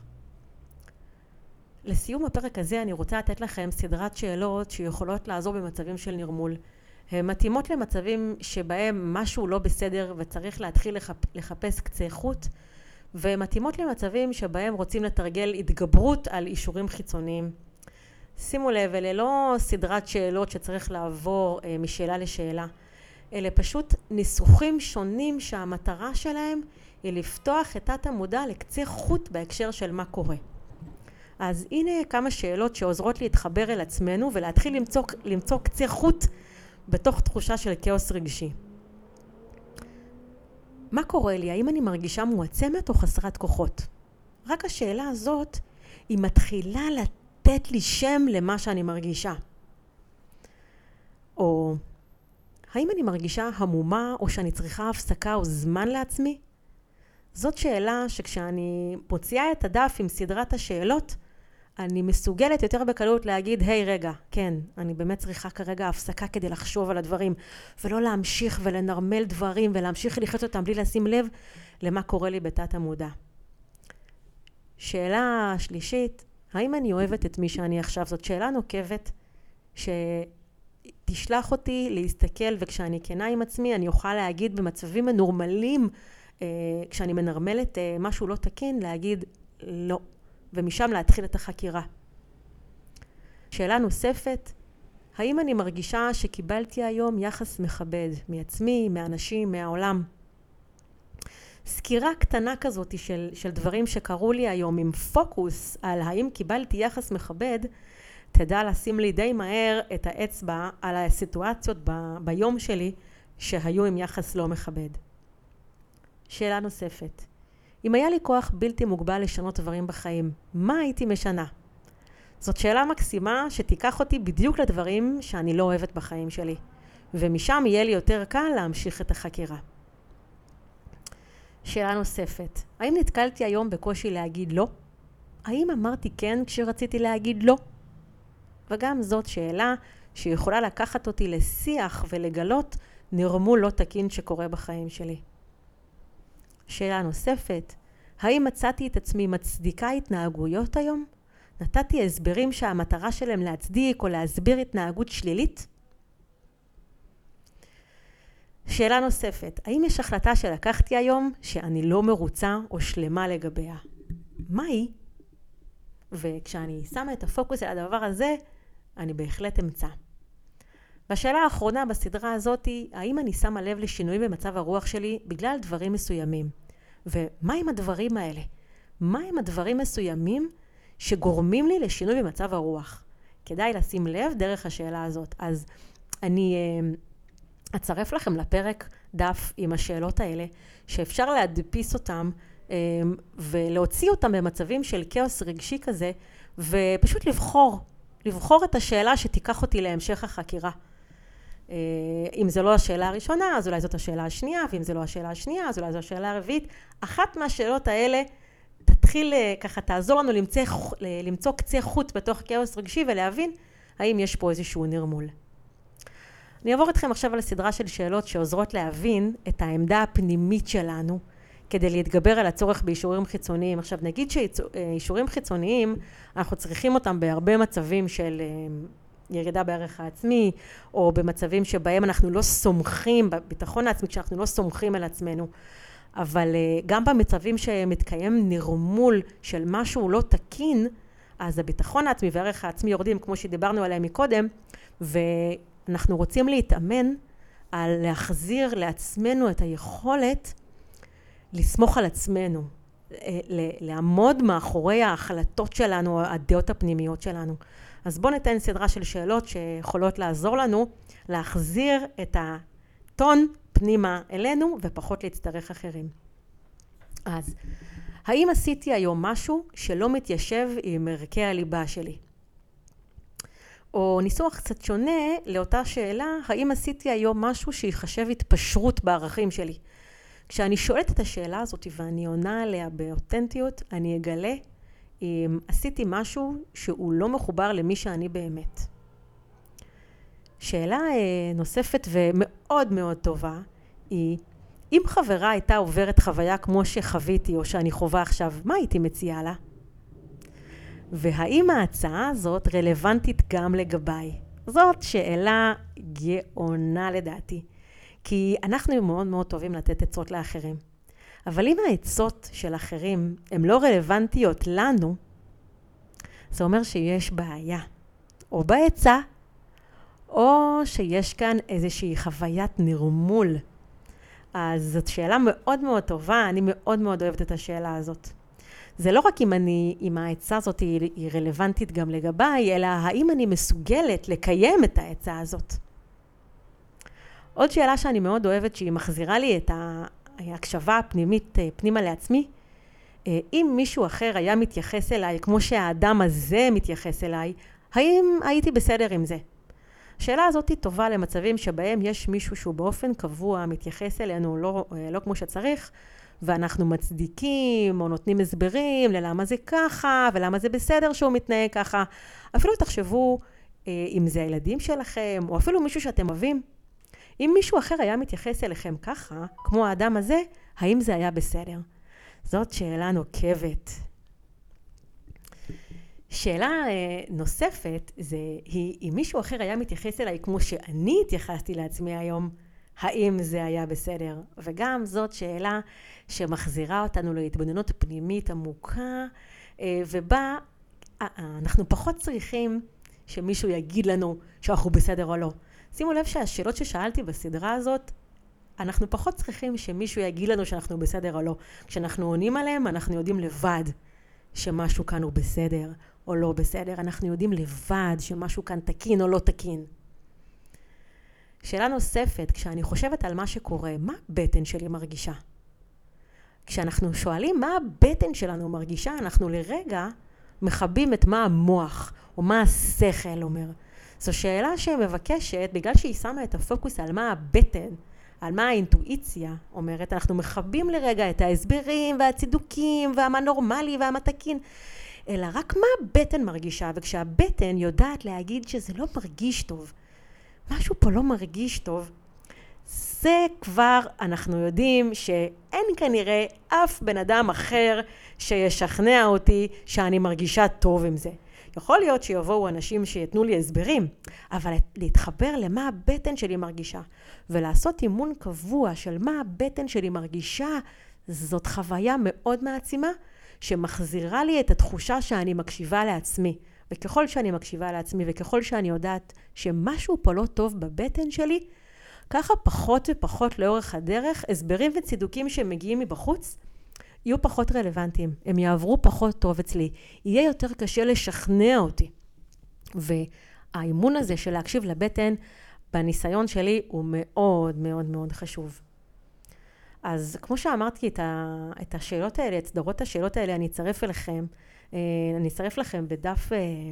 לסיום הפרק הזה אני רוצה לתת לכם סדרת שאלות שיכולות לעזור במצבים של נרמול. הן מתאימות למצבים שבהם משהו לא בסדר וצריך להתחיל לחפש קצה חוט, ומתאימות למצבים שבהם רוצים לתרגל התגברות על אישורים חיצוניים. שימו לב, אלה לא סדרת שאלות שצריך לעבור משאלה לשאלה, אלה פשוט ניסוחים שונים שהמטרה שלהם היא לפתוח את תת המודע לקצה חוט בהקשר של מה קורה. אז הנה כמה שאלות שעוזרות להתחבר אל עצמנו ולהתחיל למצוא קצה חוט בתוך תחושה של כאוס רגשי. מה קורה לי? האם אני מרגישה מועצמת או חסרת כוחות? רק השאלה הזאת היא מתחילה לתת לי שם למה שאני מרגישה. או האם אני מרגישה המומה או שאני צריכה הפסקה או זמן לעצמי? זאת שאלה שכשאני מוציאה את הדף עם סדרת השאלות, אני מסוגלת יותר בקלות להגיד, היי רגע, כן, אני באמת צריכה כרגע הפסקה כדי לחשוב על הדברים, ולא להמשיך ולנרמל דברים ולהמשיך לחיות אותם בלי לשים לב למה קורה לי בתת המודע. שאלה שלישית, האם אני אוהבת את מי שאני עכשיו? זאת שאלה נוקבת שתשלח אותי להסתכל, וכשאני כנה עם עצמי אני אוכל להגיד במצבים הנורמליים, כשאני מנרמלת משהו לא תקין, להגיד לא. ומשם להתחיל את החקירה. שאלה נוספת, האם אני מרגישה שקיבלתי היום יחס מכבד מעצמי, מאנשים, מהעולם? סקירה קטנה כזאת של דברים שקרו לי היום עם פוקוס על האם קיבלתי יחס מכבד, תדע לשים לי די מהר את האצבע על הסיטואציות ביום שלי שהיו עם יחס לא מכבד. שאלה נוספת, אם היה לי כוח בלתי מוגבל לשנות דברים בחיים, מה הייתי משנה? זאת שאלה מקסימה שתיקח אותי בדיוק לדברים שאני לא אוהבת בחיים שלי, ומשם יהיה לי יותר קל להמשיך את החקירה. שאלה נוספת, האם נתקלתי היום בקושי להגיד לא? האם אמרתי כן כשרציתי להגיד לא? וגם זאת שאלה שיכולה לקחת אותי לשיח ולגלות נרמול לא תקין שקורה בחיים שלי. שאלה נוספת, האם מצאתי את עצמי מצדיקה התנהגויות היום? נתתי הסברים שהמטרה שלהם להצדיק או להסביר התנהגות שלילית? שאלה נוספת, האם יש החלטה שלקחתי היום שאני לא מרוצה או שלמה לגביה? מהי? וכשאני שמה את הפוקוס על הדבר הזה, אני בהחלט אמצא. והשאלה האחרונה בסדרה הזאת היא, האם אני שמה לב לשינוי במצב הרוח שלי בגלל דברים מסוימים? ומה עם הדברים האלה? מה עם הדברים מסוימים שגורמים לי לשינוי במצב הרוח? כדאי לשים לב דרך השאלה הזאת. אז אני אצרף לכם לפרק דף עם השאלות האלה, שאפשר להדפיס אותם ולהוציא אותם במצבים של כאוס רגשי כזה, ופשוט לבחור את השאלה שתיקח אותי להמשך החקירה. אם זה לא השאלה הראשונה, אז אולי זאת השאלה השנייה, ואם זה לא השאלה השנייה, אז אולי זו השאלה הרביעית. אחת מהשאלות האלה תתחיל ככה, תעזור לנו למצוא קצה חוט בתוך כאוס רגשי ולהבין האם יש פה איזשהו נרמול. אני אעבור אתכם עכשיו על הסדרה של שאלות שעוזרות להבין את העמדה הפנימית שלנו כדי להתגבר על הצורך באישורים חיצוניים. עכשיו נגיד שאישורים חיצוניים אנחנו צריכים אותם בהרבה מצבים של ירידה בערך העצמי, או במצבים שבהם אנחנו לא סומכים, בביטחון העצמי כשאנחנו לא סומכים על עצמנו. אבל גם במצבים שמתקיים נרמול של משהו לא תקין, אז הביטחון העצמי וערך העצמי יורדים כמו שדיברנו עליהם מקודם, ואנחנו רוצים להתאמן על להחזיר לעצמנו את היכולת לסמוך על עצמנו, לעמוד מאחורי ההחלטות שלנו, הדעות הפנימיות שלנו. אז בואו ניתן סדרה של שאלות שיכולות לעזור לנו להחזיר את הטון פנימה אלינו ופחות להצטרך אחרים. אז, האם עשיתי היום משהו שלא מתיישב עם ערכי הליבה שלי? או ניסוח קצת שונה לאותה שאלה, האם עשיתי היום משהו שיחשב התפשרות בערכים שלי? כשאני שואלת את השאלה הזאת ואני עונה עליה באותנטיות, אני אגלה אם עשיתי משהו שהוא לא מחובר למי שאני באמת. שאלה נוספת ומאוד מאוד טובה היא, אם חברה הייתה עוברת חוויה כמו שחוויתי או שאני חווה עכשיו, מה הייתי מציעה לה? והאם ההצעה הזאת רלוונטית גם לגביי? זאת שאלה גאונה לדעתי. כי אנחנו מאוד מאוד טובים לתת עצות לאחרים. אבל אם העצות של אחרים הן לא רלוונטיות לנו, זה אומר שיש בעיה. או בעצה, או שיש כאן איזושהי חוויית נרמול. אז זאת שאלה מאוד מאוד טובה, אני מאוד מאוד אוהבת את השאלה הזאת. זה לא רק אם העצה הזאת היא רלוונטית גם לגביי, אלא האם אני מסוגלת לקיים את העצה הזאת. עוד שאלה שאני מאוד אוהבת, שהיא מחזירה לי את ההקשבה הפנימית פנימה לעצמי, אם מישהו אחר היה מתייחס אליי כמו שהאדם הזה מתייחס אליי, האם הייתי בסדר עם זה? השאלה הזאת היא טובה למצבים שבהם יש מישהו שהוא באופן קבוע מתייחס אלינו לא כמו שצריך, ואנחנו מצדיקים או נותנים הסברים ללמה זה ככה ולמה זה בסדר שהוא מתנהג ככה. אפילו תחשבו אם זה הילדים שלכם או אפילו מישהו שאתם אוהבים. אם מישהו אחר היה מתייחס אליכם ככה, כמו האדם הזה, האם זה היה בסדר? זאת שאלה נוקבת. שאלה נוספת היא, אם מישהו אחר היה מתייחס אליי כמו שאני התייחסתי לעצמי היום, האם זה היה בסדר? וגם זאת שאלה שמחזירה אותנו להתבוננות פנימית עמוקה, ובה אנחנו פחות צריכים שמישהו יגיד לנו שאנחנו בסדר או לא. שימו לב שהשאלות ששאלתי בסדרה הזאת, אנחנו פחות צריכים שמישהו יגיד לנו שאנחנו בסדר או לא. כשאנחנו עונים עליהם, אנחנו יודעים לבד שמשהו כאן הוא בסדר או לא בסדר. אנחנו יודעים לבד שמשהו כאן תקין או לא תקין. שאלה נוספת, כשאני חושבת על מה שקורה, מה הבטן שלי מרגישה? כשאנחנו שואלים מה הבטן שלנו מרגישה, אנחנו לרגע מחבים את מה המוח או מה השכל אומר. זו שאלה שמבקשת, בגלל שהיא שמה את הפוקוס על מה הבטן, על מה האינטואיציה אומרת, אנחנו מכבים לרגע את ההסברים והצידוקים ומה נורמלי ומה תקין, אלא רק מה הבטן מרגישה, וכשהבטן יודעת להגיד שזה לא מרגיש טוב, משהו פה לא מרגיש טוב, זה כבר אנחנו יודעים שאין כנראה אף בן אדם אחר שישכנע אותי שאני מרגישה טוב עם זה. יכול להיות שיבואו אנשים שיתנו לי הסברים, אבל להתחבר למה הבטן שלי מרגישה, ולעשות אימון קבוע של מה הבטן שלי מרגישה, זאת חוויה מאוד מעצימה, שמחזירה לי את התחושה שאני מקשיבה לעצמי. וככל שאני מקשיבה לעצמי, וככל שאני יודעת שמשהו פה לא טוב בבטן שלי, ככה פחות ופחות לאורך הדרך, הסברים וצידוקים שמגיעים מבחוץ, יהיו פחות רלוונטיים, הם יעברו פחות טוב אצלי, יהיה יותר קשה לשכנע אותי. והאימון הזה של להקשיב לבטן, בניסיון שלי הוא מאוד מאוד מאוד חשוב. אז כמו שאמרתי, את השאלות האלה, את סדרות השאלות האלה, אני אצרף לכם בדף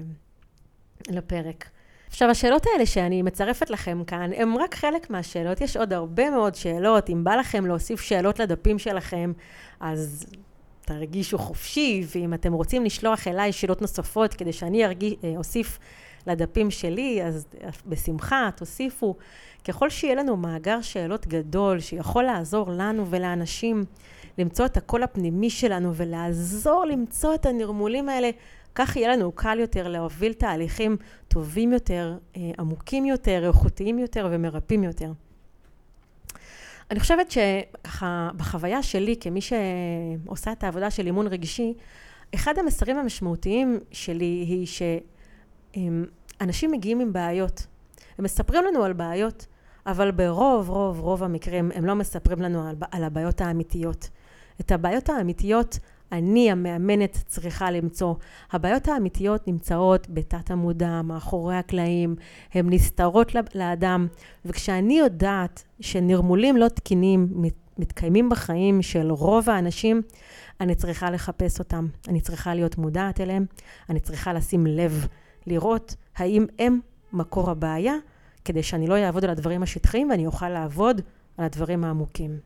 לפרק. עכשיו, השאלות האלה שאני מצרפת לכם כאן, הן רק חלק מהשאלות. יש עוד הרבה מאוד שאלות. אם בא לכם להוסיף שאלות לדפים שלכם, אז תרגישו חופשי, ואם אתם רוצים לשלוח אליי שאלות נוספות, כדי שאני אוסיף לדפים שלי, אז בשמחה, תוסיפו. ככל שיהיה לנו מאגר שאלות גדול, שיכול לעזור לנו ולאנשים למצוא את הקול הפנימי שלנו, ולעזור למצוא את הנרמולים האלה, כך יהיה לנו קל יותר להוביל תהליכים טובים יותר, עמוקים יותר, איכותיים יותר ומרפאים יותר. אני חושבת שככה בחוויה שלי, כמי שעושה את העבודה של אימון רגשי, אחד המסרים המשמעותיים שלי היא שאנשים מגיעים עם בעיות. הם מספרים לנו על בעיות, אבל ברוב המקרים הם לא מספרים לנו על הבעיות האמיתיות. את הבעיות האמיתיות אני המאמנת צריכה למצוא. הבעיות האמיתיות נמצאות בתת המודע, מאחורי הקלעים, הן נסתרות לאדם, וכשאני יודעת שנרמולים לא תקינים מתקיימים בחיים של רוב האנשים, אני צריכה לחפש אותם, אני צריכה להיות מודעת אליהם, אני צריכה לשים לב, לראות האם הם מקור הבעיה, כדי שאני לא אעבוד על הדברים השטחיים ואני אוכל לעבוד על הדברים העמוקים.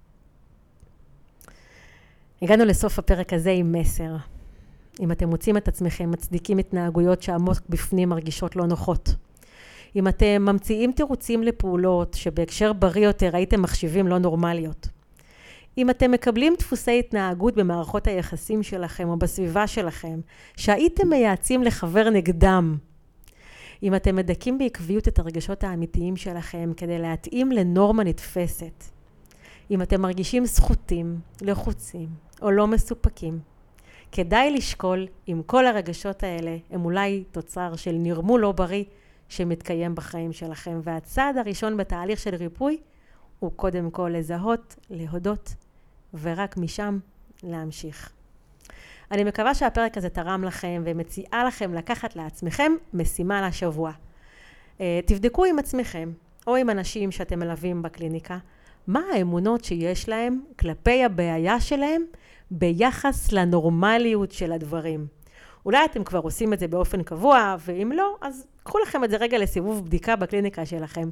הגענו לסוף הפרק הזה עם מסר. אם אתם מוצאים את עצמכם, מצדיקים התנהגויות שעמוק בפנים מרגישות לא נוחות. אם אתם ממציאים תירוצים לפעולות שבהקשר בריא יותר הייתם מחשיבים לא נורמליות. אם אתם מקבלים דפוסי התנהגות במערכות היחסים שלכם או בסביבה שלכם, שהייתם מייעצים לחבר נגדם. אם אתם מדקים בעקביות את הרגשות האמיתיים שלכם כדי להתאים לנורמה נתפסת. אם אתם מרגישים זכותים, לחוצים או לא מסופקים, כדאי לשקול אם כל הרגשות האלה הם אולי תוצר של נרמול לא בריא שמתקיים בחיים שלכם. והצעד הראשון בתהליך של ריפוי הוא קודם כל לזהות, להודות, ורק משם להמשיך. אני מקווה שהפרק הזה תרם לכם ומציעה לכם לקחת לעצמכם משימה לשבוע. תבדקו עם עצמכם או עם אנשים שאתם מלווים בקליניקה, מה האמונות שיש להם כלפי הבעיה שלהם ביחס לנורמליות של הדברים. אולי אתם כבר עושים את זה באופן קבוע, ואם לא, אז קחו לכם את זה רגע לסיבוב בדיקה בקליניקה שלכם.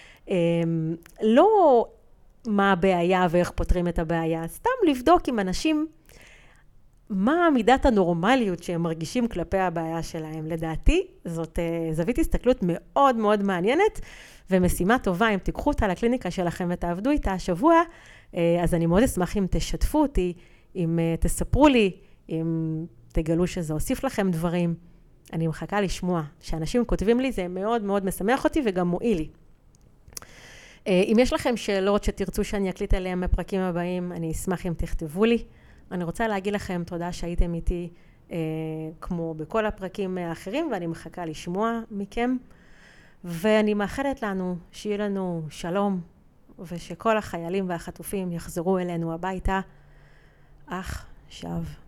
לא מה הבעיה ואיך פותרים את הבעיה, סתם לבדוק עם אנשים מה מידת הנורמליות שהם מרגישים כלפי הבעיה שלהם. לדעתי, זאת זווית הסתכלות מאוד מאוד מעניינת, ומשימה טובה אם תיקחו אותה לקליניקה שלכם ותעבדו איתה השבוע, אז אני מאוד אשמח אם תשתפו אותי, אם תספרו לי, אם תגלו שזה הוסיף לכם דברים. אני מחכה לשמוע. שאנשים כותבים לי, זה מאוד מאוד משמח אותי וגם מועיל לי. אם יש לכם שאלות שתרצו שאני אקליט עליהם בפרקים הבאים, אני אשמח אם תכתבו לי. אני רוצה להגיד לכם תודה שהייתם איתי כמו בכל הפרקים האחרים, ואני מחכה לשמוע מכם. ואני מאחלת לנו שיהיה לנו שלום, ושכל החיילים והחטופים יחזרו אלינו הביתה. אח שב.